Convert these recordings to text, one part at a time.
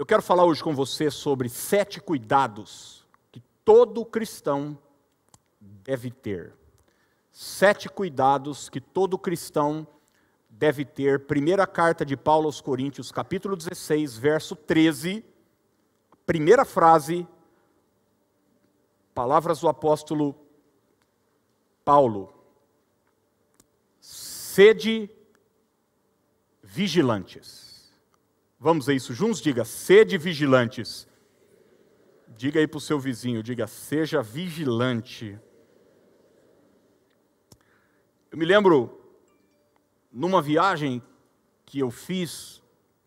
Eu quero falar hoje com você sobre 7 cuidados que todo cristão deve ter. 7 cuidados que todo cristão deve ter. Primeira carta de Paulo aos Coríntios, capítulo 16, verso 13. Primeira frase, palavras do apóstolo Paulo. Sede vigilantes. Vamos ver isso juntos? Diga, sede vigilantes. Diga aí para o seu vizinho, diga, seja vigilante. Eu me lembro, numa viagem que eu fiz,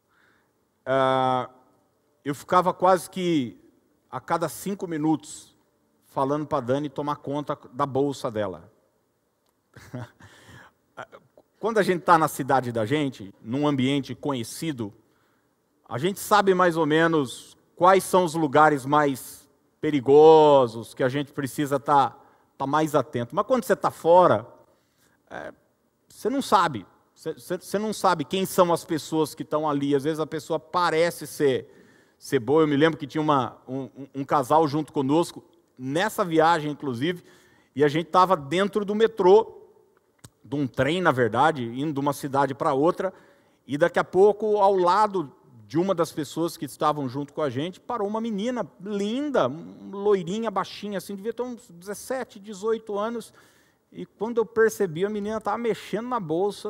eu ficava quase que a cada 5 minutos falando para a Dani tomar conta da bolsa dela. Quando a gente está na cidade da gente, num ambiente conhecido, a gente sabe mais ou menos quais são os lugares mais perigosos, que a gente precisa estar mais atento. Mas quando você está fora, você não sabe. Você não sabe quem são as pessoas que estão ali. Às vezes a pessoa parece ser boa. Eu me lembro que tinha um casal junto conosco, nessa viagem inclusive, e a gente estava dentro do metrô, de um trem, na verdade, indo de uma cidade para outra, e daqui a pouco, ao lado de uma das pessoas que estavam junto com a gente, parou uma menina linda, loirinha, baixinha, assim, devia ter uns 17, 18 anos, e quando eu percebi, a menina estava mexendo na bolsa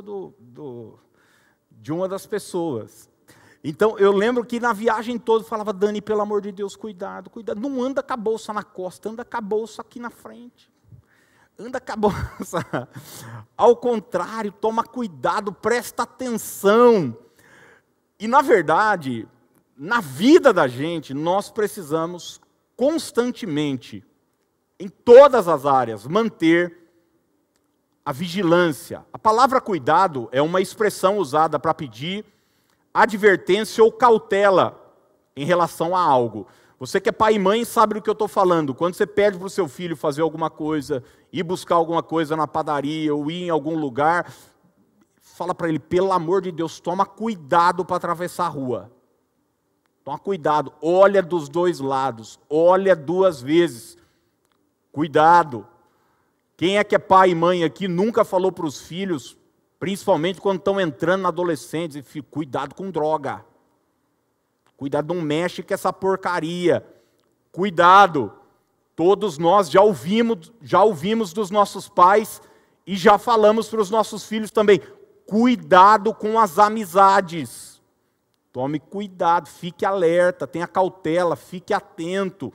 de uma das pessoas. Então, eu lembro que na viagem toda eu falava, Dani, pelo amor de Deus, cuidado, cuidado, não anda com a bolsa na costa, anda com a bolsa aqui na frente. Anda com a bolsa. Ao contrário, toma cuidado, presta atenção. E, na verdade, na vida da gente, nós precisamos constantemente, em todas as áreas, manter a vigilância. A palavra cuidado é uma expressão usada para pedir advertência ou cautela em relação a algo. Você que é pai e mãe sabe do que eu estou falando. Quando você pede para o seu filho fazer alguma coisa, ir buscar alguma coisa na padaria ou ir em algum lugar, fala para ele, pelo amor de Deus, toma cuidado para atravessar a rua. Toma cuidado, olha dos dois lados, olha 2 vezes. Cuidado. Quem é que é pai e mãe aqui nunca falou para os filhos, principalmente quando estão entrando na adolescência, cuidado com droga. Cuidado, não mexe com essa porcaria. Cuidado. Todos nós já ouvimos dos nossos pais e já falamos para os nossos filhos também. Cuidado com as amizades. Tome cuidado, fique alerta, tenha cautela, fique atento.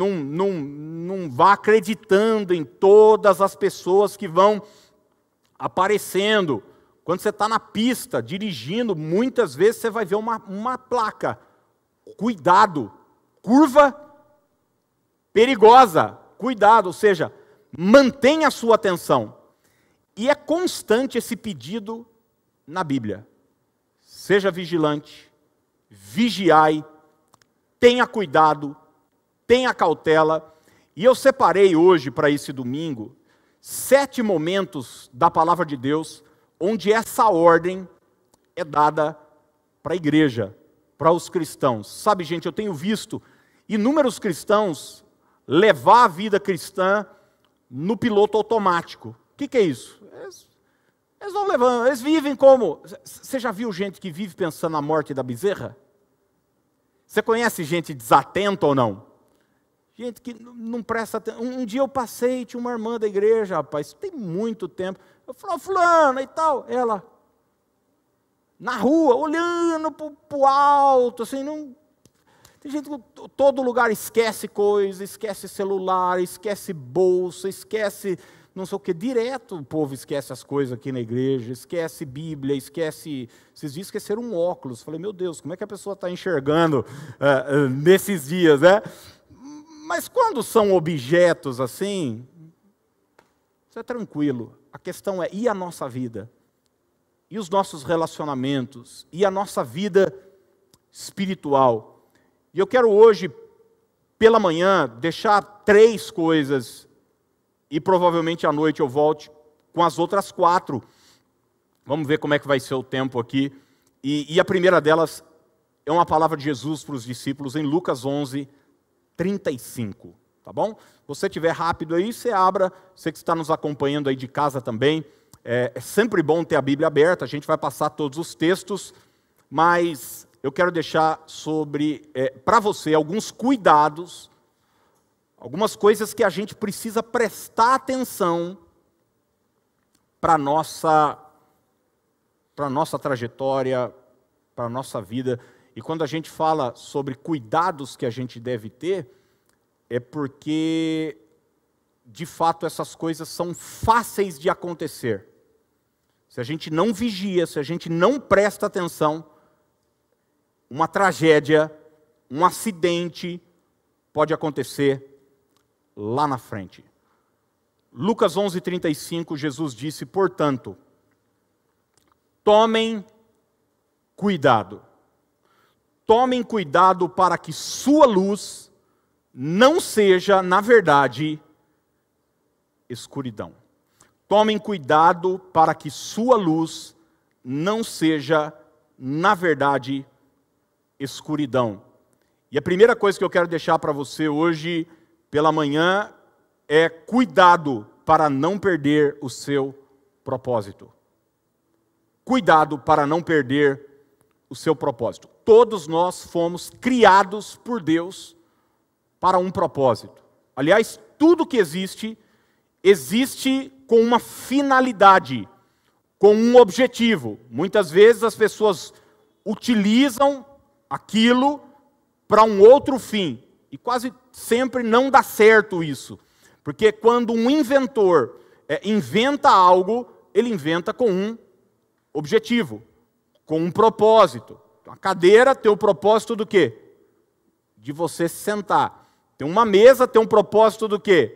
Não vá acreditando em todas as pessoas que vão aparecendo. Quando você está na pista, dirigindo, muitas vezes você vai ver uma placa. Cuidado, curva perigosa, cuidado, ou seja, mantenha a sua atenção. E é constante esse pedido na Bíblia. Seja vigilante, vigiai, tenha cuidado, tenha cautela. E eu separei hoje, para esse domingo, 7 momentos da palavra de Deus, onde essa ordem é dada para a igreja, para os cristãos. Sabe, gente, eu tenho visto inúmeros cristãos levar a vida cristã no piloto automático. O que é isso? Eles vão levando, eles vivem como... Você já viu gente que vive pensando na morte da bezerra? Você conhece gente desatenta ou não? Gente que não presta atenção. Um dia eu passei, tinha uma irmã da igreja, rapaz, tem muito tempo. Eu falei, fulana e tal, ela... na rua, olhando para o alto, assim, não... Tem gente que todo lugar esquece coisa, esquece celular, esquece bolsa, esquece não sei o que, direto o povo esquece as coisas aqui na igreja, esquece Bíblia, esquece... Esses dias esqueceram um óculos, falei, meu Deus, como é que a pessoa está enxergando nesses dias, né? Mas quando são objetos assim, isso é tranquilo, a questão é, e a nossa vida? E os nossos relacionamentos, e a nossa vida espiritual. E eu quero hoje, pela manhã, deixar 3 coisas, e provavelmente à noite eu volte com as outras 4. Vamos ver como é que vai ser o tempo aqui. E a primeira delas é uma palavra de Jesus para os discípulos em Lucas 11, 35, tá bom? Se você estiver rápido aí, você abra, você que está nos acompanhando aí de casa também, é sempre bom ter a Bíblia aberta, a gente vai passar todos os textos, mas eu quero deixar para você alguns cuidados, algumas coisas que a gente precisa prestar atenção para a nossa trajetória, para a nossa vida. E quando a gente fala sobre cuidados que a gente deve ter, é porque, de fato, essas coisas são fáceis de acontecer. Se a gente não vigia, se a gente não presta atenção, uma tragédia, um acidente pode acontecer lá na frente. Lucas 11:35, Jesus disse, portanto, tomem cuidado. Tomem cuidado para que sua luz não seja, na verdade, escuridão. Tomem cuidado para que sua luz não seja, na verdade, escuridão. E a primeira coisa que eu quero deixar para você hoje, pela manhã, é cuidado para não perder o seu propósito. Cuidado para não perder o seu propósito. Todos nós fomos criados por Deus para um propósito. Aliás, tudo que existe com uma finalidade, com um objetivo. Muitas vezes as pessoas utilizam aquilo para um outro fim. E quase sempre não dá certo isso. Porque quando um inventor inventa algo, ele inventa com um objetivo, com um propósito. A cadeira tem o propósito do quê? De você sentar. Tem uma mesa, tem um propósito do quê?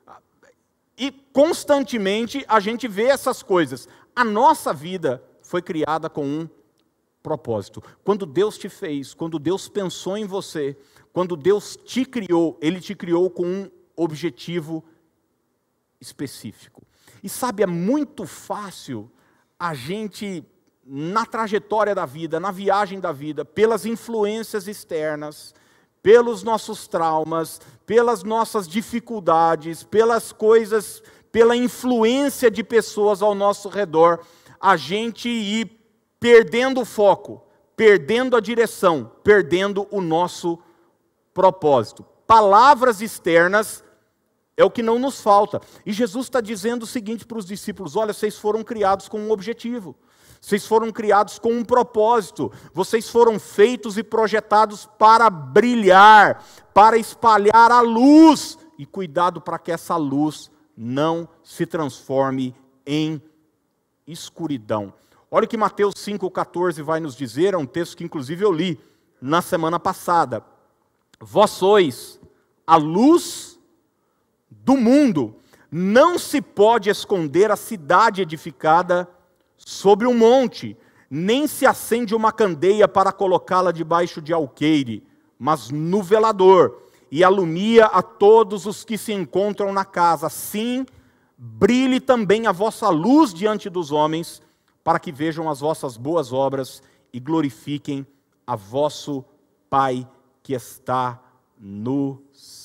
E constantemente a gente vê essas coisas. A nossa vida foi criada com um propósito. Quando Deus te fez, quando Deus pensou em você, quando Deus te criou, Ele te criou com um objetivo específico. E sabe, é muito fácil a gente, na trajetória da vida, na viagem da vida, pelas influências externas, pelos nossos traumas, pelas nossas dificuldades, pelas coisas, pela influência de pessoas ao nosso redor, a gente ir perdendo o foco, perdendo a direção, perdendo o nosso propósito. Palavras externas é o que não nos falta. E Jesus está dizendo o seguinte para os discípulos: olha, vocês foram criados com um objetivo. Vocês foram criados com um propósito. Vocês foram feitos e projetados para brilhar, para espalhar a luz. E cuidado para que essa luz não se transforme em escuridão. Olha o que Mateus 5,14 vai nos dizer, é um texto que inclusive eu li na semana passada. Vós sois a luz do mundo. Não se pode esconder a cidade edificada sobre um monte, nem se acende uma candeia para colocá-la debaixo de alqueire, mas no velador, e alumia a todos os que se encontram na casa. Assim, brilhe também a vossa luz diante dos homens, para que vejam as vossas boas obras e glorifiquem a vosso Pai que está nos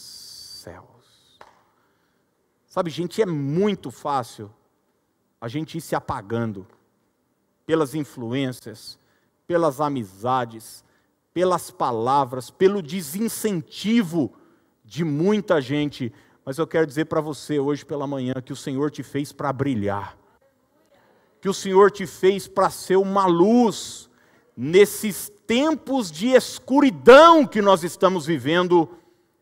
céus. Sabe, gente, é muito fácil a gente ir se apagando pelas influências, pelas amizades, pelas palavras, pelo desincentivo de muita gente. Mas eu quero dizer para você hoje pela manhã que o Senhor te fez para brilhar, que o Senhor te fez para ser uma luz nesses tempos de escuridão que nós estamos vivendo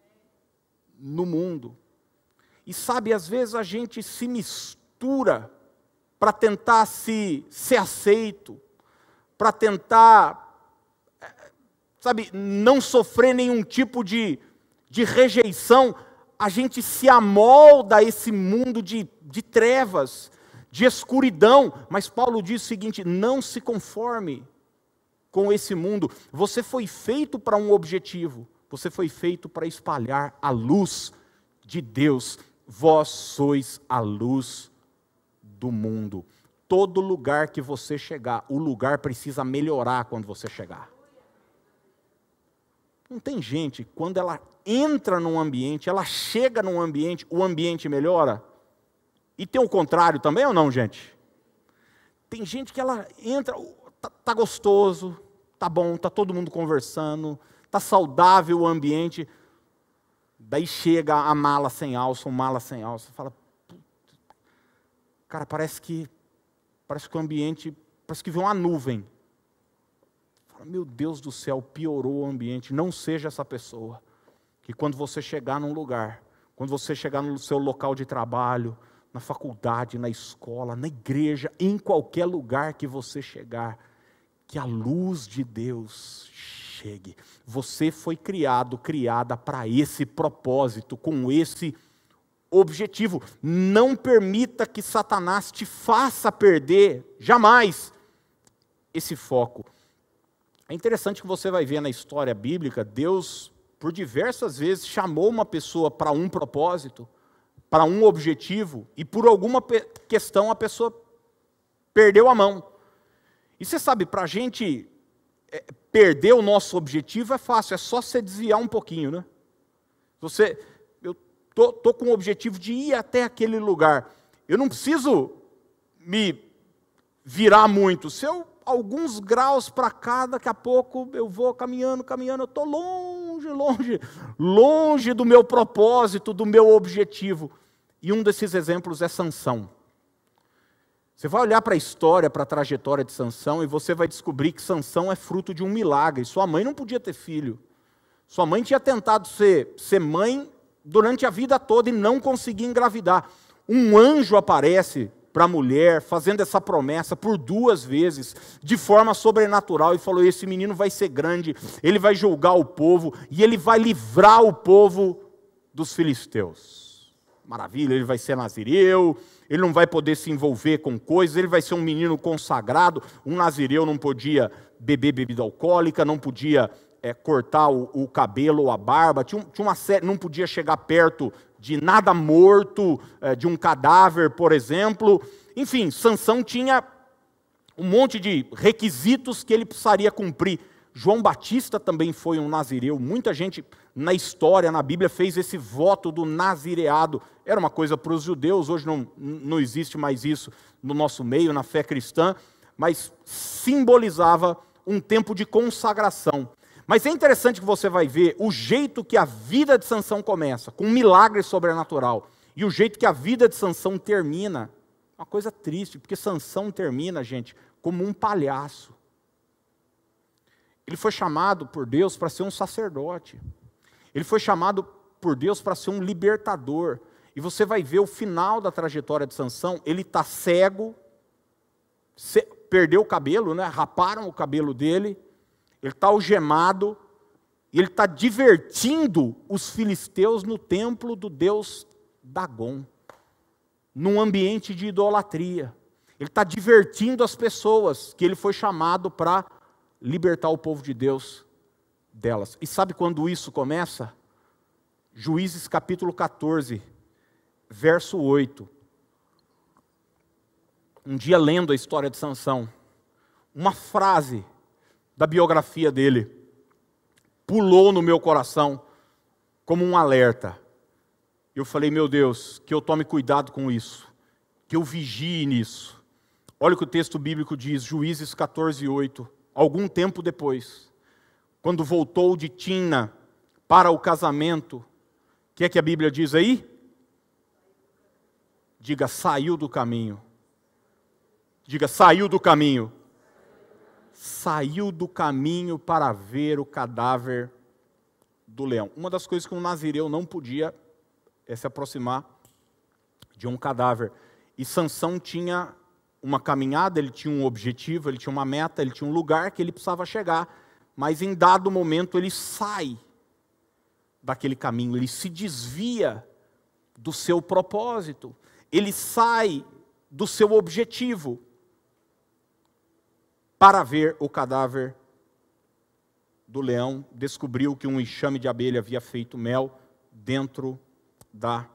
no mundo. E sabe, às vezes a gente se mistura para tentar ser aceito, para tentar, sabe, não sofrer nenhum tipo de rejeição. A gente se amolda a esse mundo de trevas, de escuridão. Mas Paulo diz o seguinte: não se conforme com esse mundo. Você foi feito para um objetivo. Você foi feito para espalhar a luz de Deus. Vós sois a luz do mundo. Todo lugar que você chegar, o lugar precisa melhorar quando você chegar. Não tem gente, quando ela entra num ambiente, ela chega num ambiente, o ambiente melhora? E tem o contrário também ou não, gente? Tem gente que ela entra, tá gostoso, tá bom, tá todo mundo conversando, tá saudável o ambiente, daí chega a mala sem alça, fala, cara, parece que o ambiente, parece que vem uma nuvem. Fala, meu Deus do céu, piorou o ambiente. Não seja essa pessoa, que quando você chegar num lugar, quando você chegar no seu local de trabalho, na faculdade, na escola, na igreja, em qualquer lugar que você chegar, que a luz de Deus chegue. Você foi criada para esse propósito, com esse objetivo. Não permita que Satanás te faça perder, jamais, esse foco. É interessante que você vai ver na história bíblica, Deus, por diversas vezes, chamou uma pessoa para um propósito, para um objetivo, e por alguma questão a pessoa perdeu a mão. E você sabe, para a gente perder o nosso objetivo é fácil, é só você desviar um pouquinho, né? Eu estou com o objetivo de ir até aquele lugar. Eu não preciso me virar muito. Se eu, alguns graus para cá, daqui a pouco eu vou caminhando, eu estou longe do meu propósito, do meu objetivo. E um desses exemplos é Sansão. Você vai olhar para a história, para a trajetória de Sansão, e você vai descobrir que Sansão é fruto de um milagre. Sua mãe não podia ter filho. Sua mãe tinha tentado ser mãe durante a vida toda e não conseguia engravidar. Um anjo aparece para a mulher, fazendo essa promessa por 2 vezes, de forma sobrenatural, e falou, esse menino vai ser grande, ele vai julgar o povo, e ele vai livrar o povo dos filisteus. Maravilha, ele vai ser nazireu, ele não vai poder se envolver com coisas, ele vai ser um menino consagrado. Um nazireu não podia beber bebida alcoólica, não podia cortar o cabelo ou a barba, tinha uma série, não podia chegar perto de nada morto, de um cadáver, por exemplo. Enfim, Sansão tinha um monte de requisitos que ele precisaria cumprir. João Batista também foi um nazireu. Muita gente na história, na Bíblia, fez esse voto do nazireado. Era uma coisa para os judeus, hoje não existe mais isso no nosso meio, na fé cristã, mas simbolizava um tempo de consagração. Mas é interessante que você vai ver o jeito que a vida de Sansão começa, com um milagre sobrenatural, e o jeito que a vida de Sansão termina. Uma coisa triste, porque Sansão termina, gente, como um palhaço. Ele foi chamado por Deus para ser um sacerdote. Ele foi chamado por Deus para ser um libertador. E você vai ver o final da trajetória de Sansão, ele está cego, perdeu o cabelo, né? Raparam o cabelo dele, ele está algemado, e ele está divertindo os filisteus no templo do deus Dagon, num ambiente de idolatria. Ele está divertindo as pessoas, que ele foi chamado para libertar o povo de Deus delas. E sabe quando isso começa? Juízes capítulo 14, verso 8. Um dia lendo a história de Sansão, uma frase da biografia dele pulou no meu coração como um alerta. Eu falei, meu Deus, que eu tome cuidado com isso, que eu vigie nisso. Olha o que o texto bíblico diz, Juízes 14, 8. Algum tempo depois, quando voltou de Timna para o casamento, o que é que a Bíblia diz aí? Diga, saiu do caminho. Diga, saiu do caminho. Saiu do caminho para ver o cadáver do leão. Uma das coisas que um nazireu não podia é se aproximar de um cadáver. E Sansão tinha uma caminhada, ele tinha um objetivo, ele tinha uma meta, ele tinha um lugar que ele precisava chegar, mas em dado momento ele sai daquele caminho, ele se desvia do seu propósito, ele sai do seu objetivo para ver o cadáver do leão, descobriu que um enxame de abelha havia feito mel dentro da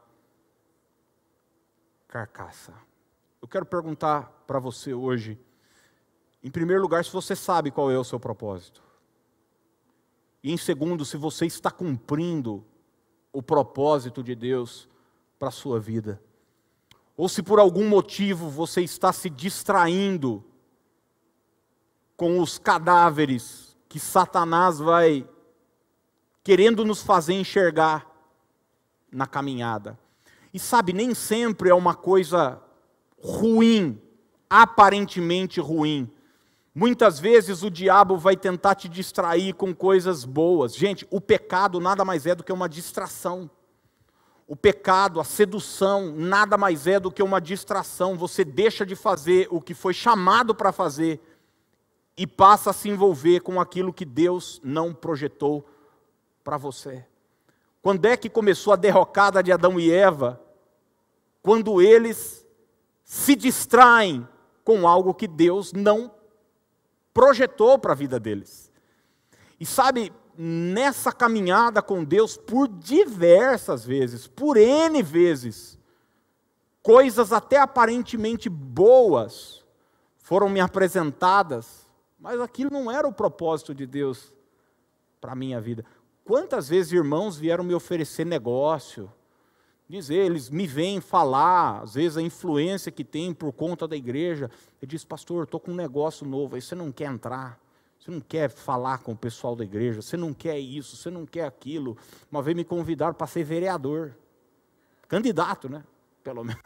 carcaça. Eu quero perguntar para você hoje, em primeiro lugar, se você sabe qual é o seu propósito. E em segundo, se você está cumprindo o propósito de Deus para a sua vida. Ou se por algum motivo você está se distraindo com os cadáveres que Satanás vai querendo nos fazer enxergar na caminhada. E sabe, nem sempre é uma coisa ruim, aparentemente ruim. Muitas vezes o diabo vai tentar te distrair com coisas boas. Gente, o pecado nada mais é do que uma distração. O pecado, a sedução, nada mais é do que uma distração. Você deixa de fazer o que foi chamado para fazer e passa a se envolver com aquilo que Deus não projetou para você. Quando é que começou a derrocada de Adão e Eva? Quando eles se distraem com algo que Deus não projetou para a vida deles. E sabe, nessa caminhada com Deus, por diversas vezes, por N vezes, coisas até aparentemente boas foram me apresentadas, mas aquilo não era o propósito de Deus para a minha vida. Quantas vezes irmãos vieram me oferecer negócio, dizer, eles me vêm falar, às vezes a influência que tem por conta da igreja, ele diz, pastor, estou com um negócio novo, aí você não quer entrar, você não quer falar com o pessoal da igreja, você não quer isso, você não quer aquilo. Uma vez me convidaram para ser vereador, candidato, né, pelo menos.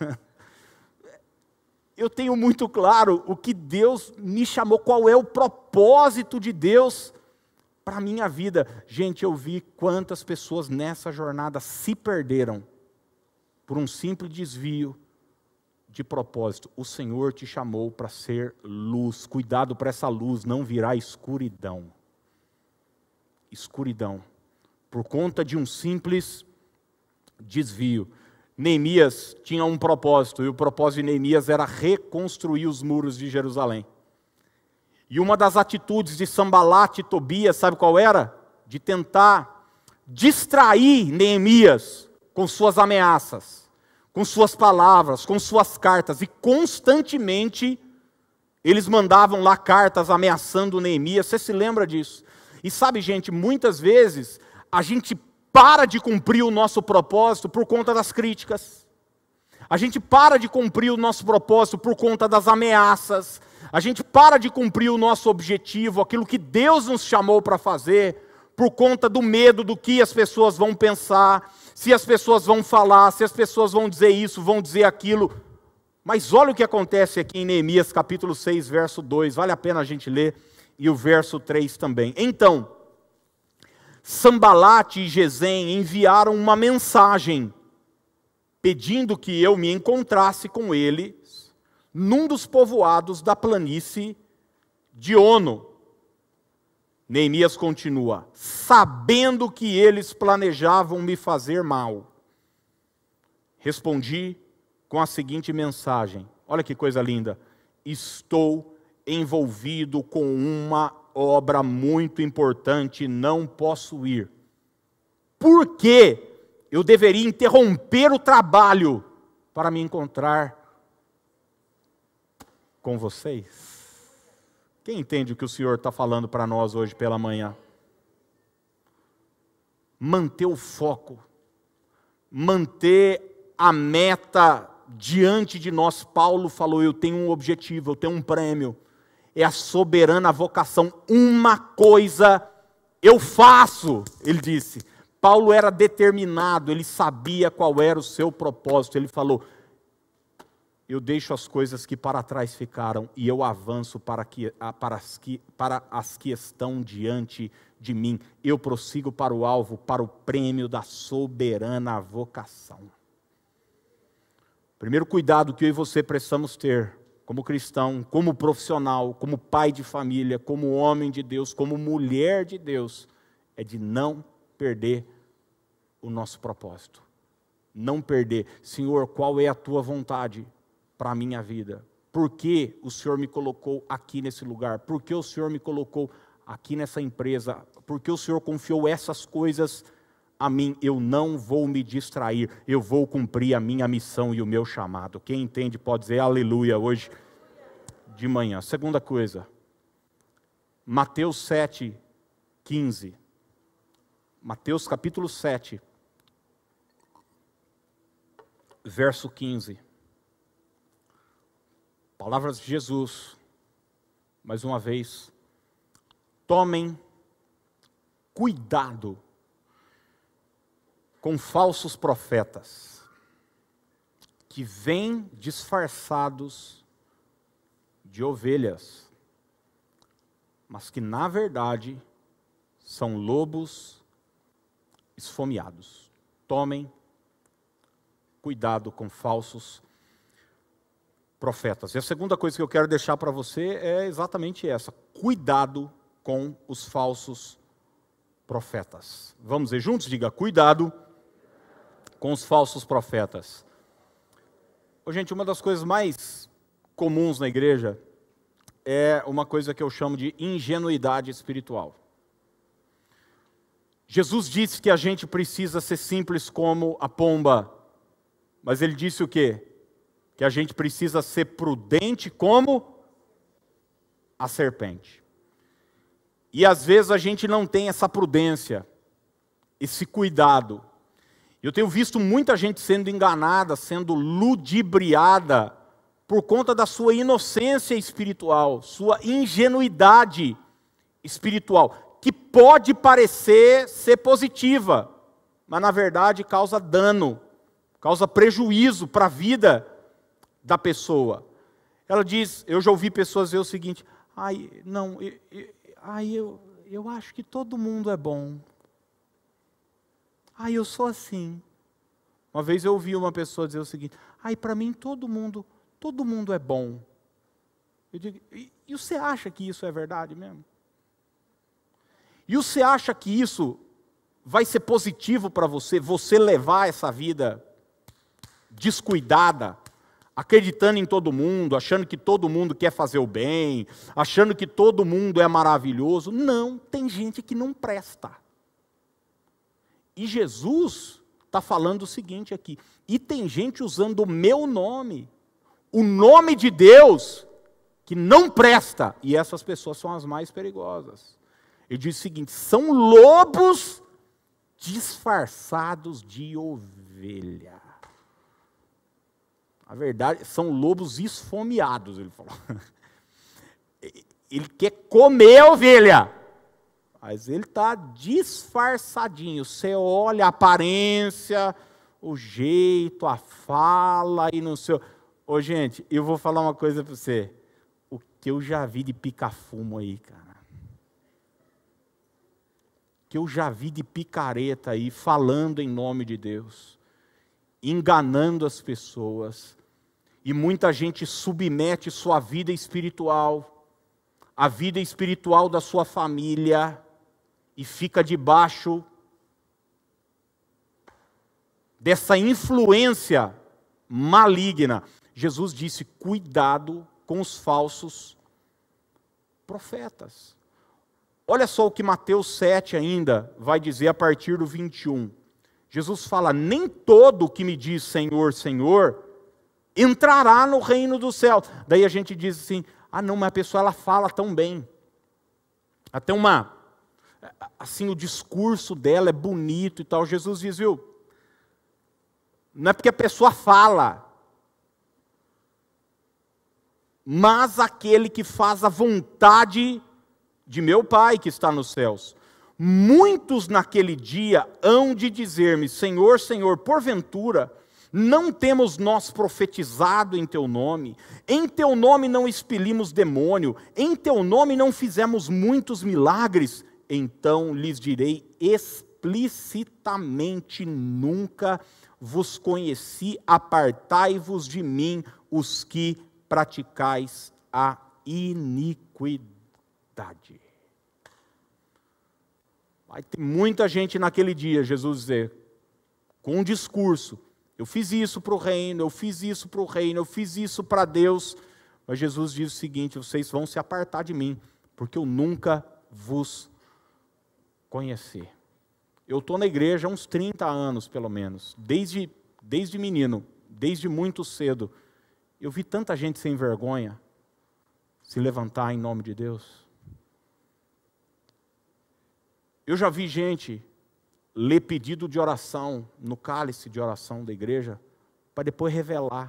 Eu tenho muito claro o que Deus me chamou, qual é o propósito de Deus para a minha vida. Gente, eu vi quantas pessoas nessa jornada se perderam por um simples desvio de propósito. O Senhor te chamou para ser luz. Cuidado para essa luz não virar escuridão. Escuridão. Por conta de um simples desvio. Neemias tinha um propósito, e o propósito de Neemias era reconstruir os muros de Jerusalém. E uma das atitudes de Sanbalate e Tobias, sabe qual era? De tentar distrair Neemias com suas ameaças, com suas palavras, com suas cartas. E constantemente eles mandavam lá cartas ameaçando Neemias. Você se lembra disso? E sabe, gente, muitas vezes a gente para de cumprir o nosso propósito por conta das críticas. A gente para de cumprir o nosso propósito por conta das ameaças. A gente para de cumprir o nosso objetivo, aquilo que Deus nos chamou para fazer, por conta do medo do que as pessoas vão pensar, se as pessoas vão falar, se as pessoas vão dizer isso, vão dizer aquilo. Mas olha o que acontece aqui em Neemias capítulo 6, verso 2, vale a pena a gente ler, e o verso 3 também. Então, Sanbalate e Gesem enviaram uma mensagem, pedindo que eu me encontrasse com eles num dos povoados da planície de Ono. Neemias continua, sabendo que eles planejavam me fazer mal. Respondi com a seguinte mensagem, olha que coisa linda, estou envolvido com uma obra muito importante, não posso ir. Por que eu deveria interromper o trabalho para me encontrar com vocês? Quem entende o que o Senhor está falando para nós hoje pela manhã? Manter o foco, manter a meta diante de nós. Paulo falou, eu tenho um objetivo, eu tenho um prêmio, é a soberana vocação. Uma coisa eu faço, ele disse. Paulo era determinado, ele sabia qual era o seu propósito. Ele falou, eu deixo as coisas que para trás ficaram e eu avanço para as que estão diante de mim. Eu prossigo para o alvo, para o prêmio da soberana vocação. Primeiro cuidado que eu e você precisamos ter, como cristão, como profissional, como pai de família, como homem de Deus, como mulher de Deus, é de não perder o nosso propósito. Não perder. Senhor, qual é a tua vontade para a minha vida? Por que o Senhor me colocou aqui nesse lugar? Por que o Senhor me colocou aqui nessa empresa? Por que o Senhor confiou essas coisas a mim? Eu não vou me distrair, eu vou cumprir a minha missão e o meu chamado. Quem entende pode dizer aleluia hoje de manhã. Segunda coisa, Mateus 7, 15. Mateus capítulo 7, verso 15. Palavras de Jesus, mais uma vez. Tomem cuidado com falsos profetas, que vêm disfarçados de ovelhas, mas que na verdade são lobos esfomeados. Tomem cuidado com falsos profetas. E a segunda coisa que eu quero deixar para você é exatamente essa: cuidado com os falsos profetas. Vamos ver juntos? Diga: cuidado com os falsos profetas. Gente, uma das coisas mais comuns na igreja é uma coisa que eu chamo de ingenuidade espiritual. Jesus disse que a gente precisa ser simples como a pomba, mas ele disse o quê? Que a gente precisa ser prudente como a serpente. E às vezes a gente não tem essa prudência, esse cuidado. Eu tenho visto muita gente sendo enganada, sendo ludibriada por conta da sua inocência espiritual, sua ingenuidade espiritual, que pode parecer ser positiva, mas na verdade causa dano, causa prejuízo para a vida da pessoa. Ela diz, eu já ouvi pessoas dizer o seguinte: eu acho que todo mundo é bom. Eu sou assim. Uma vez eu ouvi uma pessoa dizer o seguinte: para mim todo mundo é bom. Eu digo, e você acha que isso é verdade mesmo? E você acha que isso vai ser positivo para você levar essa vida descuidada, acreditando em todo mundo, achando que todo mundo quer fazer o bem, achando que todo mundo é maravilhoso? Não, tem gente que não presta. E Jesus está falando o seguinte aqui: e tem gente usando o meu nome, o nome de Deus, que não presta, e essas pessoas são as mais perigosas. Ele diz o seguinte: são lobos disfarçados de ovelha. A verdade, são lobos esfomeados, ele falou. Ele quer comer a ovelha, mas ele está disfarçadinho. Você olha a aparência, o jeito, a fala e não sei. Gente, eu vou falar uma coisa para você. O que eu já vi de pica-fumo aí, cara. Que eu já vi de picareta aí, falando em nome de Deus, enganando as pessoas. E muita gente submete sua vida espiritual, a vida espiritual da sua família, e fica debaixo dessa influência maligna. Jesus disse: cuidado com os falsos profetas. Olha só o que Mateus 7 ainda vai dizer a partir do 21. Jesus fala: nem todo que me diz Senhor, Senhor, entrará no reino do céu. Daí a gente diz assim: não, mas a pessoa ela fala tão bem. Até assim, o discurso dela é bonito e tal. Jesus diz, viu? Não é porque a pessoa fala, mas aquele que faz a vontade de meu Pai que está nos céus. Muitos naquele dia hão de dizer-me: Senhor, Senhor, porventura não temos nós profetizado em Teu nome? Em Teu nome não expelimos demônio? Em Teu nome não fizemos muitos milagres? Então lhes direi explicitamente: nunca vos conheci, apartai-vos de mim, os que praticais a iniquidade. Vai ter muita gente naquele dia, Jesus dizer, com um discurso: eu fiz isso para o reino, eu fiz isso para o reino, eu fiz isso para Deus. Mas Jesus diz o seguinte: vocês vão se apartar de mim, porque eu nunca vos conheci. Eu estou na igreja há uns 30 anos, pelo menos, desde menino, desde muito cedo. Eu vi tanta gente sem vergonha se levantar em nome de Deus. Eu já vi gente ler pedido de oração no cálice de oração da igreja, para depois revelar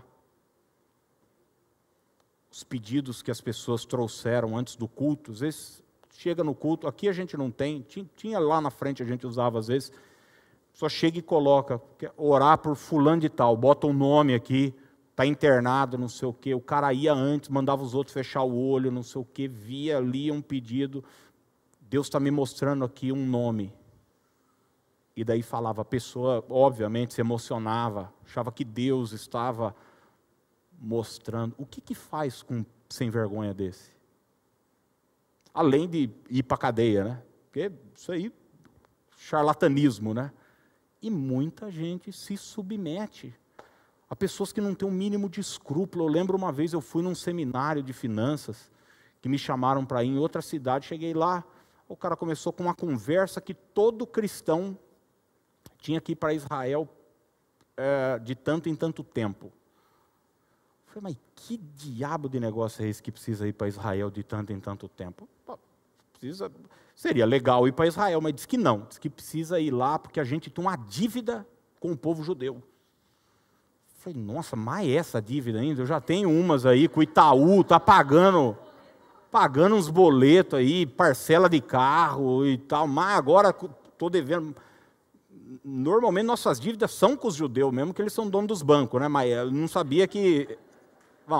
os pedidos que as pessoas trouxeram antes do culto. Às vezes chega no culto, aqui a gente não tem, tinha lá na frente, a gente usava às vezes, só chega e coloca, orar por fulano de tal, bota um nome aqui, está internado, não sei o quê, o cara ia antes, mandava os outros fechar o olho, não sei o quê, via ali um pedido, Deus está me mostrando aqui um nome. E daí falava, a pessoa obviamente se emocionava, achava que Deus estava mostrando. O que faz com um sem vergonha desse? Além de ir para a cadeia, né? Porque isso aí, charlatanismo, né? E muita gente se submete a pessoas que não têm um mínimo de escrúpulo. Eu lembro uma vez, eu fui num seminário de finanças, que me chamaram para ir em outra cidade, cheguei lá, o cara começou com uma conversa que todo cristão tinha que ir para Israel de tanto em tanto tempo. Eu falei, mas que diabo de negócio é esse que precisa ir para Israel de tanto em tanto tempo? Seria legal ir para Israel, mas diz que não. Diz que precisa ir lá porque a gente tem uma dívida com o povo judeu. Eu falei, nossa, mais essa dívida ainda? Eu já tenho umas aí com o Itaú, está pagando uns boletos aí, parcela de carro e tal, mas agora estou devendo. Normalmente nossas dívidas são com os judeus, mesmo que eles são donos dos bancos, né? Mas eu não sabia que... Bom.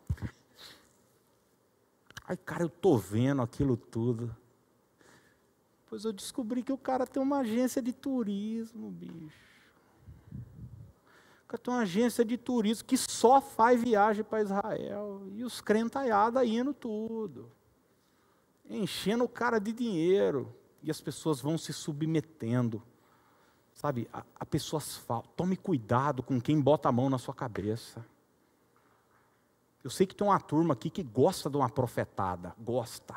Aí, cara, eu estou vendo aquilo tudo. Pois eu descobri que o cara tem uma agência de turismo, bicho. O cara tem uma agência de turismo que só faz viagem para Israel. E os crentaiados indo tudo. Enchendo o cara de dinheiro. E as pessoas vão se submetendo. Sabe, a pessoas falam, tome cuidado com quem bota a mão na sua cabeça. Eu sei que tem uma turma aqui que gosta de uma profetada, gosta.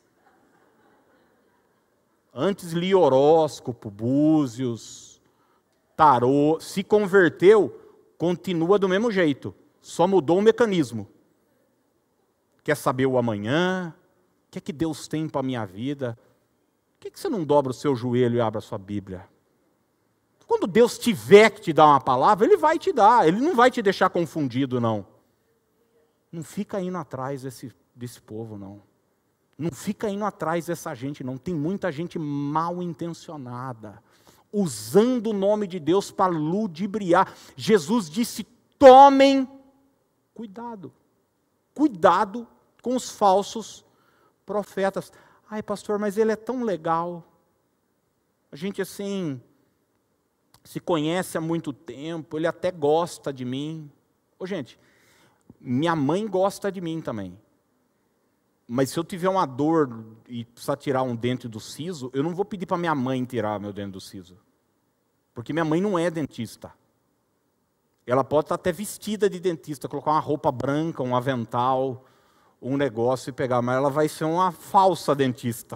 Antes lia horóscopo, búzios, tarô, se converteu, continua do mesmo jeito, só mudou o mecanismo. Quer saber o amanhã? O que é que Deus tem para a minha vida? Por que você não dobra o seu joelho e abre a sua Bíblia? Quando Deus tiver que te dar uma palavra, Ele vai te dar, Ele não vai te deixar confundido, não. Não fica indo atrás desse povo, não. Não fica indo atrás dessa gente, não. Tem muita gente mal intencionada, usando o nome de Deus para ludibriar. Jesus disse, tomem cuidado. Cuidado com os falsos profetas. Ai, pastor, mas ele é tão legal. A gente, assim, se conhece há muito tempo, ele até gosta de mim. Ô, gente, minha mãe gosta de mim também. Mas se eu tiver uma dor e precisar tirar um dente do siso, eu não vou pedir para minha mãe tirar meu dente do siso. Porque minha mãe não é dentista. Ela pode estar até vestida de dentista, colocar uma roupa branca, um avental, um negócio e pegar, mas ela vai ser uma falsa dentista.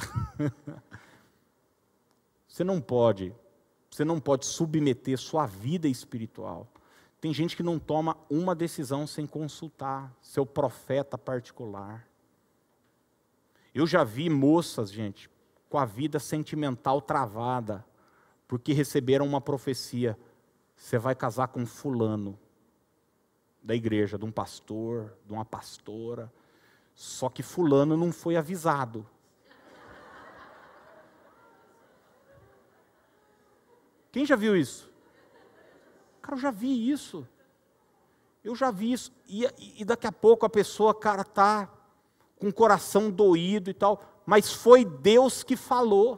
Você não pode submeter sua vida espiritual. Tem gente que não toma uma decisão sem consultar seu profeta particular. Eu já vi moças, gente, com a vida sentimental travada, porque receberam uma profecia. Você vai casar com fulano da igreja, de um pastor, de uma pastora. Só que fulano não foi avisado. Quem já viu isso? Cara, eu já vi isso. Eu já vi isso. E daqui a pouco a pessoa, cara, está com o coração doído e tal. Mas foi Deus que falou.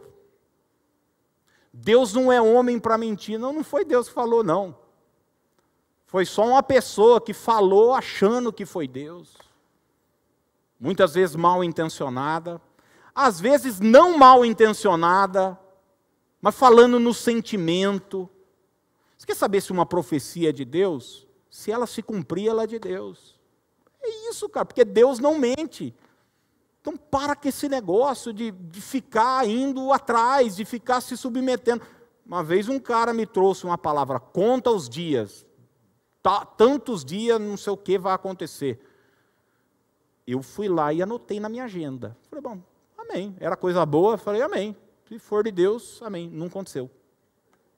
Deus não é homem para mentir. Não foi Deus que falou, não. Foi só uma pessoa que falou achando que foi Deus. Muitas vezes mal intencionada. Às vezes não mal intencionada, mas falando no sentimento. Você quer saber se uma profecia é de Deus? Se ela se cumprir, ela é de Deus. É isso, cara, porque Deus não mente. Então para com esse negócio de ficar indo atrás, de ficar se submetendo. Uma vez um cara me trouxe uma palavra, conta os dias. Tantos dias, não sei o que vai acontecer. Eu fui lá e anotei na minha agenda. Falei, bom, amém. Era coisa boa, falei, amém. Se for de Deus, amém. Não aconteceu.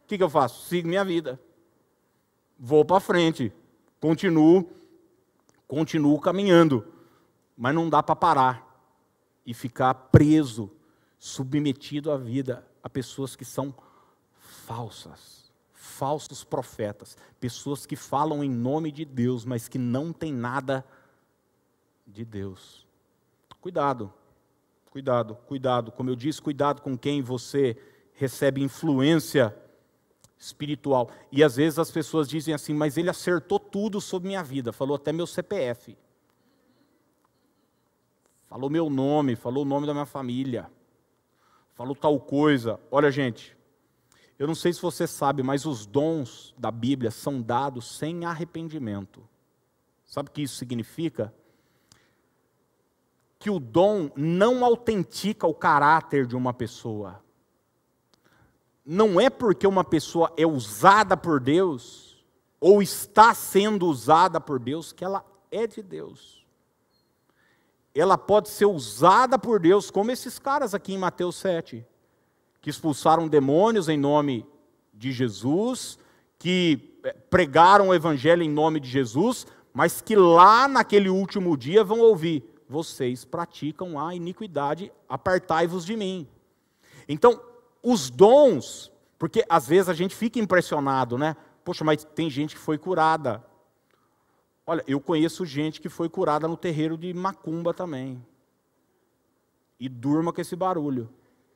O que eu faço? Sigo minha vida. Vou para frente. Continuo caminhando. Mas não dá para parar e ficar preso, submetido à vida, a pessoas que são falsos profetas, pessoas que falam em nome de Deus, mas que não têm nada de Deus. Cuidado, como eu disse, cuidado com quem você recebe influência espiritual. E às vezes as pessoas dizem assim, mas ele acertou tudo sobre minha vida, falou até meu CPF, falou meu nome, falou o nome da minha família, falou tal coisa. Olha, gente, eu não sei se você sabe, mas os dons da Bíblia são dados sem arrependimento. Sabe o que isso significa? Que o dom não autentica o caráter de uma pessoa. Não é porque uma pessoa é usada por Deus, ou está sendo usada por Deus, que ela é de Deus. Ela pode ser usada por Deus, como esses caras aqui em Mateus 7, que expulsaram demônios em nome de Jesus, que pregaram o evangelho em nome de Jesus, mas que lá naquele último dia vão ouvir: vocês praticam a iniquidade, apartai-vos de mim. Então, os dons, porque às vezes a gente fica impressionado, né? Poxa, mas tem gente que foi curada. Olha, eu conheço gente que foi curada no terreiro de macumba também. E durma com esse barulho.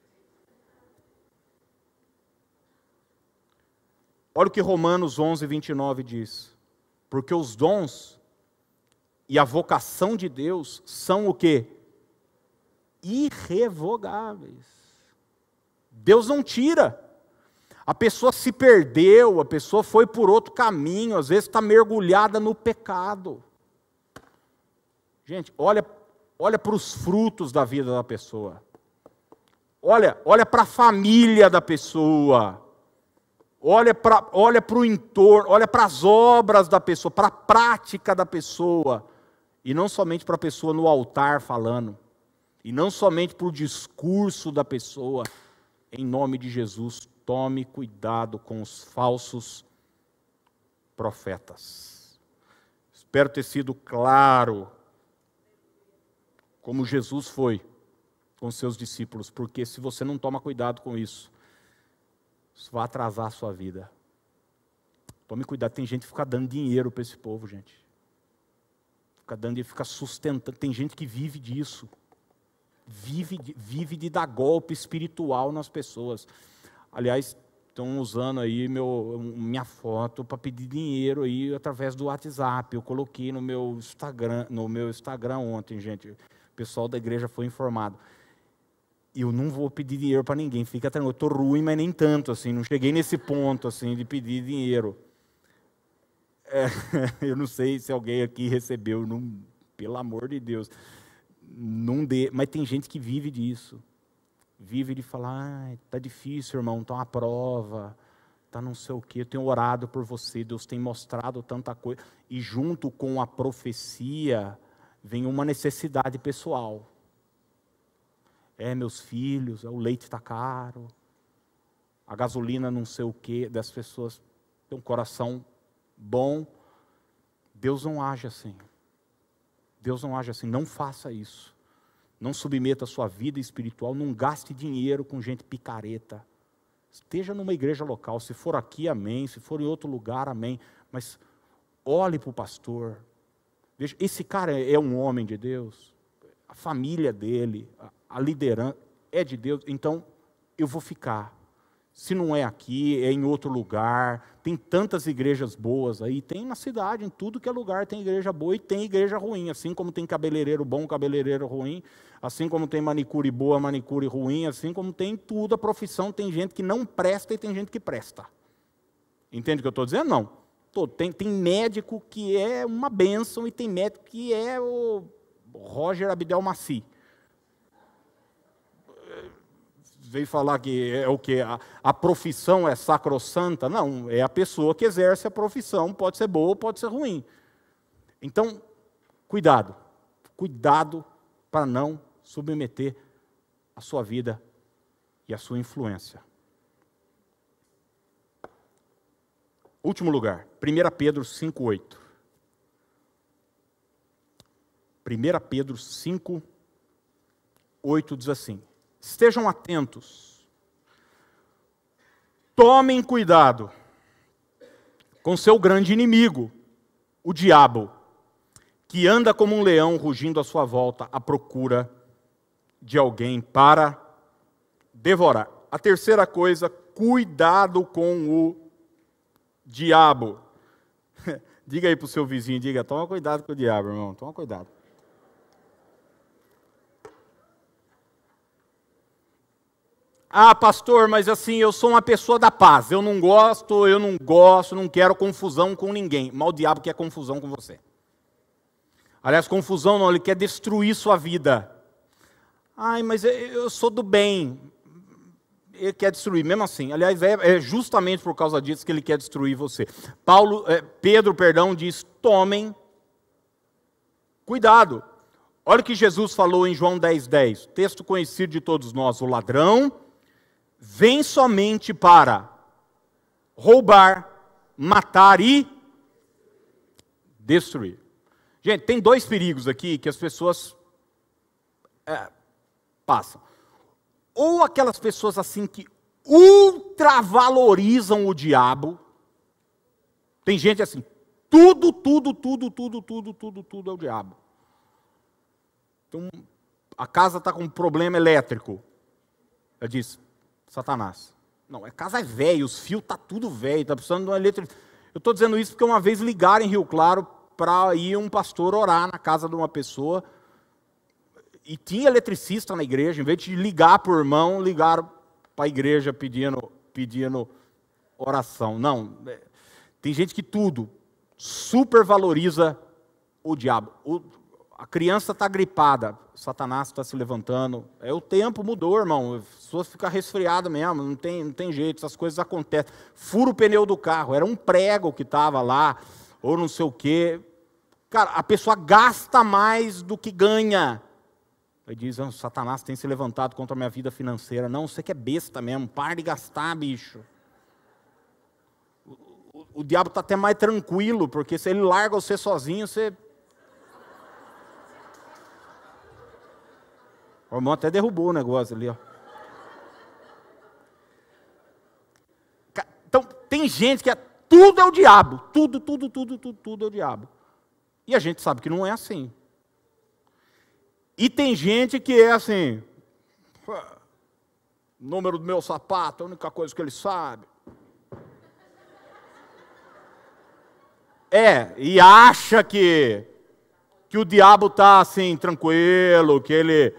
Olha o que Romanos 11, 29 diz. Porque os dons e a vocação de Deus são o quê? Irrevogáveis. Deus não tira. A pessoa se perdeu, a pessoa foi por outro caminho, às vezes está mergulhada no pecado. Gente, olha para os frutos da vida da pessoa. Olha para a família da pessoa. Olha para o entorno, olha para as obras da pessoa, para a prática da pessoa. E não somente para a pessoa no altar falando. E não somente para o discurso da pessoa. Em nome de Jesus, tome cuidado com os falsos profetas. Espero ter sido claro como Jesus foi com seus discípulos, porque se você não toma cuidado com isso vai atrasar a sua vida. Tome cuidado, tem gente que fica dando dinheiro para esse povo, gente. Fica sustentando, tem gente que vive disso. Vive de dar golpe espiritual nas pessoas. Aliás, estão usando aí minha foto para pedir dinheiro aí através do WhatsApp. Eu coloquei no meu Instagram ontem, gente. O pessoal da igreja foi informado. Eu não vou pedir dinheiro para ninguém, fica tranquilo. Eu estou ruim, mas nem tanto, assim, não cheguei nesse ponto assim, de pedir dinheiro. Eu não sei se alguém aqui recebeu, não, pelo amor de Deus. Não dê, mas tem gente que vive disso. Vive de falar, está difícil, irmão, está uma prova, está não sei o quê, eu tenho orado por você, Deus tem mostrado tanta coisa. E junto com a profecia, vem uma necessidade pessoal. Meus filhos, o leite está caro, a gasolina não sei o quê, das pessoas têm um coração bom. Deus não age assim. Deus não age assim, não faça isso. Não submeta a sua vida espiritual, não gaste dinheiro com gente picareta. Esteja numa igreja local, se for aqui, amém, se for em outro lugar, amém. Mas olhe para o pastor. Veja, esse cara é um homem de Deus, a família dele, a liderança é de Deus, então eu vou ficar. Se não é aqui, é em outro lugar. Tem tantas igrejas boas aí, tem na cidade, em tudo que é lugar tem igreja boa e tem igreja ruim, assim como tem cabeleireiro bom, cabeleireiro ruim, assim como tem manicure boa, manicure ruim, assim como tem tudo, a profissão, tem gente que não presta e tem gente que presta. Entende o que eu estou dizendo? Não. Tem médico que é uma bênção e tem médico que é o Roger Abdelmaci. Veio falar que é o quê? A profissão é sacrossanta? Não, é a pessoa que exerce a profissão, pode ser boa ou pode ser ruim. Então, cuidado para não submeter a sua vida e a sua influência. Último lugar, 1 Pedro 5,8. 1 Pedro 5,8 diz assim: estejam atentos, tomem cuidado com seu grande inimigo, o diabo, que anda como um leão rugindo à sua volta à procura de alguém para devorar. A terceira coisa, cuidado com o diabo. Diga aí para o seu vizinho, diga, toma cuidado com o diabo, irmão, toma cuidado. Ah, pastor, mas assim, eu sou uma pessoa da paz, eu não gosto, não quero confusão com ninguém. Mas o diabo quer confusão com você. Aliás, confusão não, ele quer destruir sua vida. Ai, mas eu sou do bem. Ele quer destruir, mesmo assim. Aliás, é justamente por causa disso que ele quer destruir você. Pedro diz, tomem cuidado. Olha o que Jesus falou em João 10,10. Texto conhecido de todos nós. O ladrão vem somente para roubar, matar e destruir. Gente, tem dois perigos aqui que as pessoas passam. Ou aquelas pessoas assim que ultravalorizam o diabo. Tem gente assim, tudo é o diabo. Então, a casa está com um problema elétrico. Ela diz, Satanás. Não, a casa é velha, os fios estão tudo velho, está precisando de uma eletricidade. Eu estou dizendo isso porque uma vez ligaram em Rio Claro para ir um pastor orar na casa de uma pessoa, e tinha eletricista na igreja, em vez de ligar para o irmão, ligaram para a igreja pedindo oração. Não, tem gente que tudo supervaloriza o diabo. A criança está gripada, Satanás está se levantando. O tempo mudou, irmão. As pessoas ficam resfriadas mesmo, não tem jeito, essas coisas acontecem. Fura o pneu do carro, era um prego que estava lá, ou não sei o quê. Cara, a pessoa gasta mais do que ganha. Ele diz, Satanás tem se levantado contra a minha vida financeira. Não, você que é besta mesmo, para de gastar, bicho. O diabo está até mais tranquilo, porque se ele larga você sozinho, você... O irmão até derrubou o negócio ali, ó. Então, tem gente que tudo é o diabo. Tudo é o diabo. E a gente sabe que não é assim. E tem gente que é assim, número do meu sapato, é a única coisa que ele sabe. E acha que o diabo está assim, tranquilo, que ele...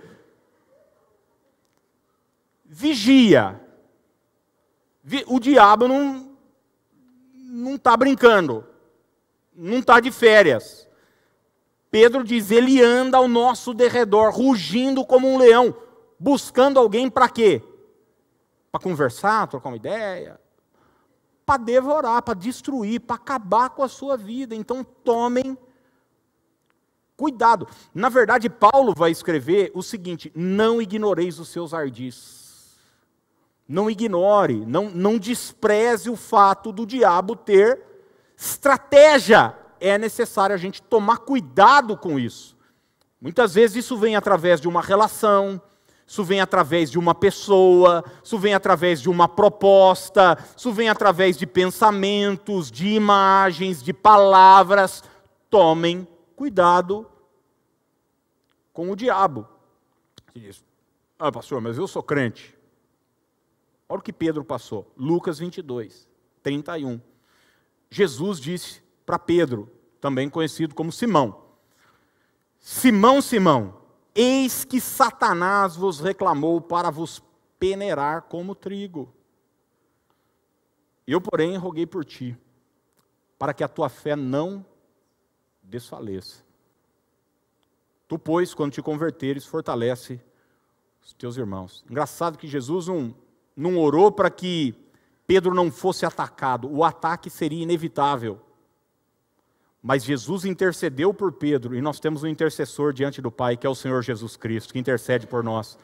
Vigia. O diabo não está brincando, não está de férias. Pedro diz, ele anda ao nosso derredor, rugindo como um leão, buscando alguém para quê? Para conversar, trocar uma ideia, para devorar, para destruir, para acabar com a sua vida. Então tomem cuidado. Na verdade, Paulo vai escrever o seguinte, não ignoreis os seus ardis. Não ignore, não despreze o fato do diabo ter estratégia. É necessário a gente tomar cuidado com isso. Muitas vezes isso vem através de uma relação, isso vem através de uma pessoa, isso vem através de uma proposta, isso vem através de pensamentos, de imagens, de palavras. Tomem cuidado com o diabo. Você diz, pastor, mas eu sou crente. Olha o que Pedro passou. Lucas 22, 31. Jesus disse para Pedro, também conhecido como Simão, Simão, Simão, eis que Satanás vos reclamou para vos peneirar como trigo. Eu, porém, roguei por ti, para que a tua fé não desfaleça. Tu, pois, quando te converteres, fortalece os teus irmãos. Engraçado que Jesus não orou para que Pedro não fosse atacado. O ataque seria inevitável. Mas Jesus intercedeu por Pedro, e nós temos um intercessor diante do Pai, que é o Senhor Jesus Cristo, que intercede por nós.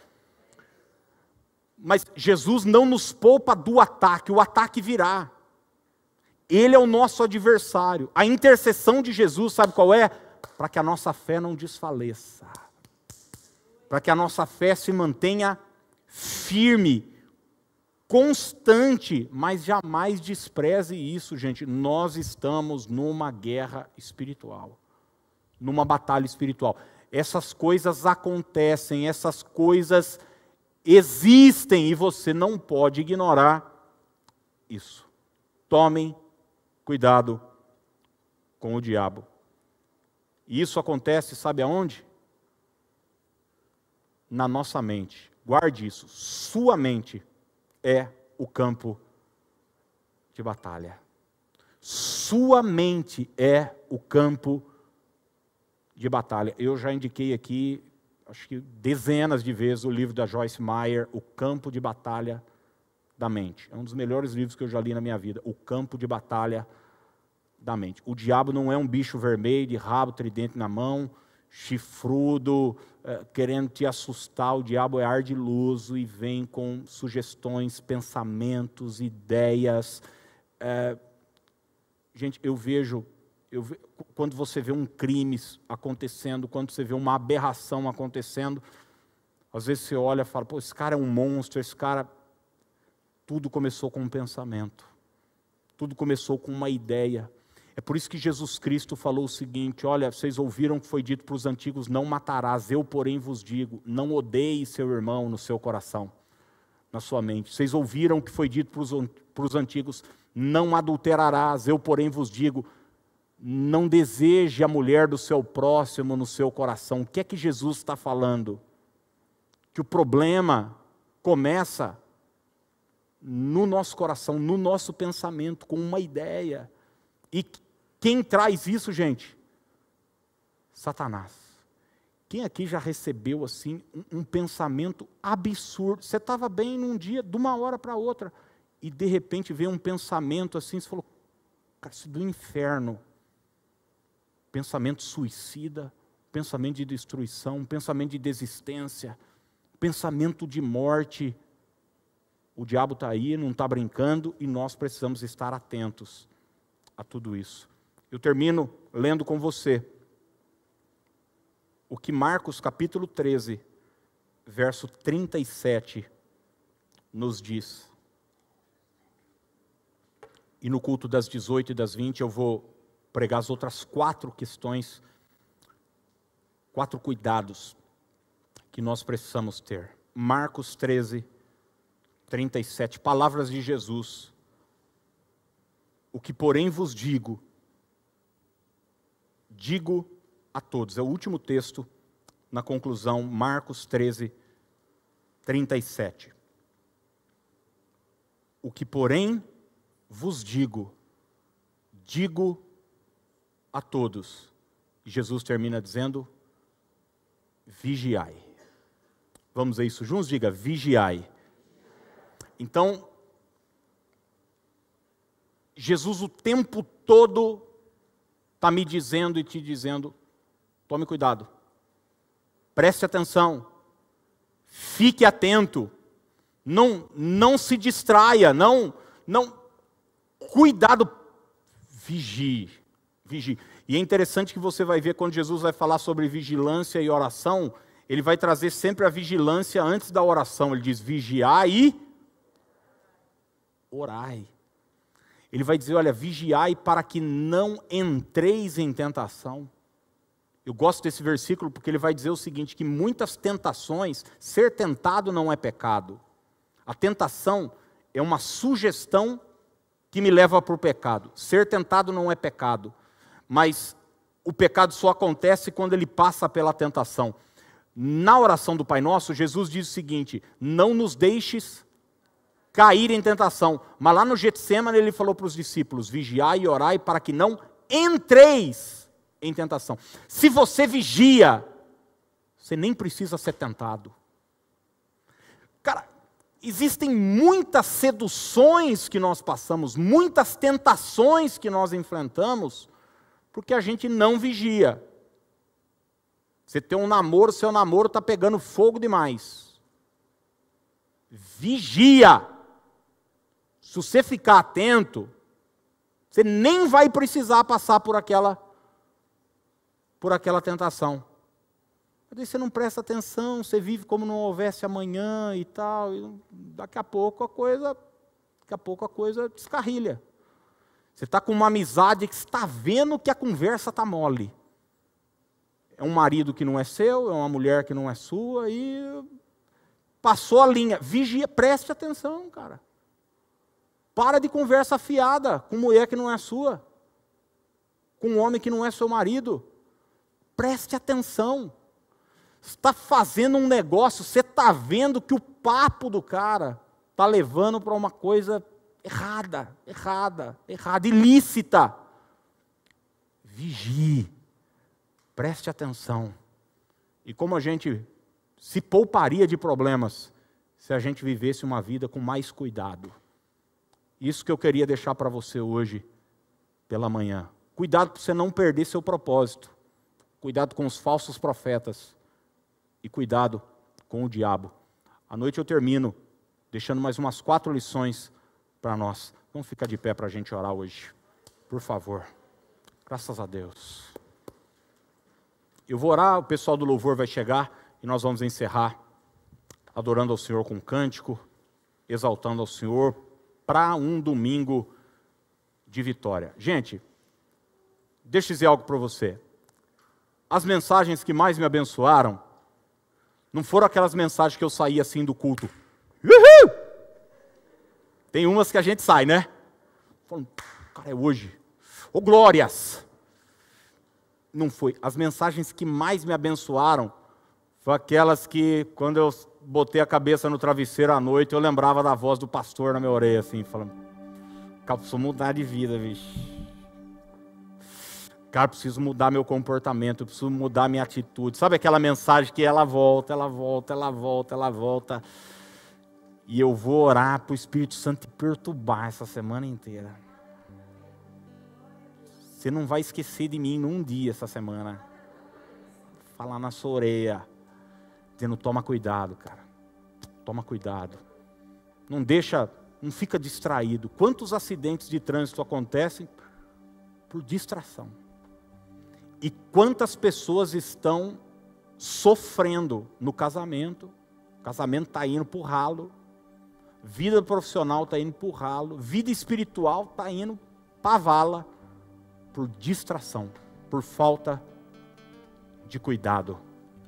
Mas Jesus não nos poupa do ataque, o ataque virá. Ele é o nosso adversário. A intercessão de Jesus, sabe qual é? Para que a nossa fé não desfaleça. Para que a nossa fé se mantenha firme, constante, mas jamais despreze isso, gente. Nós estamos numa guerra espiritual, numa batalha espiritual. Essas coisas acontecem, essas coisas existem e você não pode ignorar isso. Tomem cuidado com o diabo. E isso acontece, sabe aonde? Na nossa mente. Guarde isso. Sua mente é o campo de batalha. Sua mente é o campo de batalha. Eu já indiquei aqui, acho que dezenas de vezes, o livro da Joyce Meyer, O Campo de Batalha da Mente. É um dos melhores livros que eu já li na minha vida. O Campo de Batalha da Mente. O diabo não é um bicho vermelho, de rabo, tridente na mão, chifrudo, querendo te assustar. O diabo é ardiloso e vem com sugestões, pensamentos, ideias. Gente, eu vejo, quando você vê um crime acontecendo, quando você vê uma aberração acontecendo, às vezes você olha e fala, pô, esse cara é um monstro, esse cara... Tudo começou com um pensamento. Tudo começou com uma ideia. É por isso que Jesus Cristo falou o seguinte, olha, vocês ouviram que foi dito para os antigos, não matarás, eu porém vos digo, não odeie seu irmão no seu coração, na sua mente. Vocês ouviram que foi dito para os antigos, não adulterarás, eu porém vos digo, não deseje a mulher do seu próximo no seu coração. O que é que Jesus está falando? Que o problema começa no nosso coração, no nosso pensamento, com uma ideia. E quem traz isso, gente? Satanás. Quem aqui já recebeu assim um pensamento absurdo? Você estava bem num dia, de uma hora para outra, e de repente veio um pensamento assim, você falou, cara, isso é do inferno. Pensamento suicida, pensamento de destruição, pensamento de desistência, pensamento de morte. O diabo está aí, não está brincando, e nós precisamos estar atentos a tudo isso. Eu termino lendo com você o que Marcos capítulo 13, verso 37, nos diz. E no culto das 18 e das 20 eu vou pregar as outras 4 questões, 4 cuidados que nós precisamos ter. Marcos 13, 37, palavras de Jesus. O que porém vos digo, digo a todos. É o último texto na conclusão, Marcos 13, 37. O que porém vos digo, digo a todos. E Jesus termina dizendo, vigiai. Vamos a isso juntos? Diga, vigiai. Então, Jesus o tempo todo está me dizendo e te dizendo, tome cuidado, preste atenção, fique atento, não se distraia, cuidado, vigie. E é interessante que você vai ver quando Jesus vai falar sobre vigilância e oração, ele vai trazer sempre a vigilância antes da oração. Ele diz, vigiai e orai. Ele vai dizer, olha, vigiai para que não entreis em tentação. Eu gosto desse versículo porque ele vai dizer o seguinte, que muitas tentações, ser tentado não é pecado. A tentação é uma sugestão que me leva para o pecado. Ser tentado não é pecado, mas o pecado só acontece quando ele passa pela tentação. Na oração do Pai Nosso, Jesus diz o seguinte, não nos deixes cair em tentação. Mas lá no Getsêmani ele falou para os discípulos, vigiai e orai para que não entreis em tentação. Se você vigia, você nem precisa ser tentado. Cara, existem muitas seduções que nós passamos, muitas tentações que nós enfrentamos, porque a gente não vigia. Você tem um namoro, seu namoro está pegando fogo demais. Vigia. Se você ficar atento, Você nem vai precisar passar por aquela tentação. Você não presta atenção, você vive como não houvesse amanhã e tal. E daqui a pouco a coisa descarrilha. Você está com uma amizade que está vendo que a conversa está mole. É um marido que não é seu, é uma mulher que não é sua, e passou a linha. Vigia, preste atenção, cara. Para de conversa fiada com mulher que não é sua, com um homem que não é seu marido. Preste atenção. Você está fazendo um negócio, você está vendo que o papo do cara está levando para uma coisa errada, ilícita. Vigie, preste atenção. E como a gente se pouparia de problemas se a gente vivesse uma vida com mais cuidado. Isso que eu queria deixar para você hoje, pela manhã. Cuidado para você não perder seu propósito. Cuidado com os falsos profetas. E cuidado com o diabo. À noite eu termino deixando mais umas 4 lições para nós. Vamos ficar de pé para a gente orar hoje. Por favor. Graças a Deus. Eu vou orar, o pessoal do louvor vai chegar e nós vamos encerrar adorando ao Senhor com cântico, exaltando ao Senhor para um domingo de vitória. Gente, deixa eu dizer algo para você. As mensagens que mais me abençoaram não foram aquelas mensagens que eu saí assim do culto. Uhul! Tem umas que a gente sai, né? Falando, cara, é hoje. Ô glórias! Não foi. As mensagens que mais me abençoaram foram aquelas que, quando eu botei a cabeça no travesseiro à noite, eu lembrava da voz do pastor na minha orelha, assim, falando, cara, eu preciso mudar de vida, bicho. Cara, eu preciso mudar meu comportamento, eu preciso mudar minha atitude. Sabe aquela mensagem que ela volta. E eu vou orar para o Espírito Santo te perturbar essa semana inteira. Você não vai esquecer de mim num dia essa semana. Falar na sua orelha, dizendo, toma cuidado, cara. Toma cuidado. Não fica distraído. Quantos acidentes de trânsito acontecem por distração? E quantas pessoas estão sofrendo no casamento? O casamento está indo para o ralo. Vida profissional está indo para o ralo. Vida espiritual está indo para a vala. Por distração, por falta de cuidado.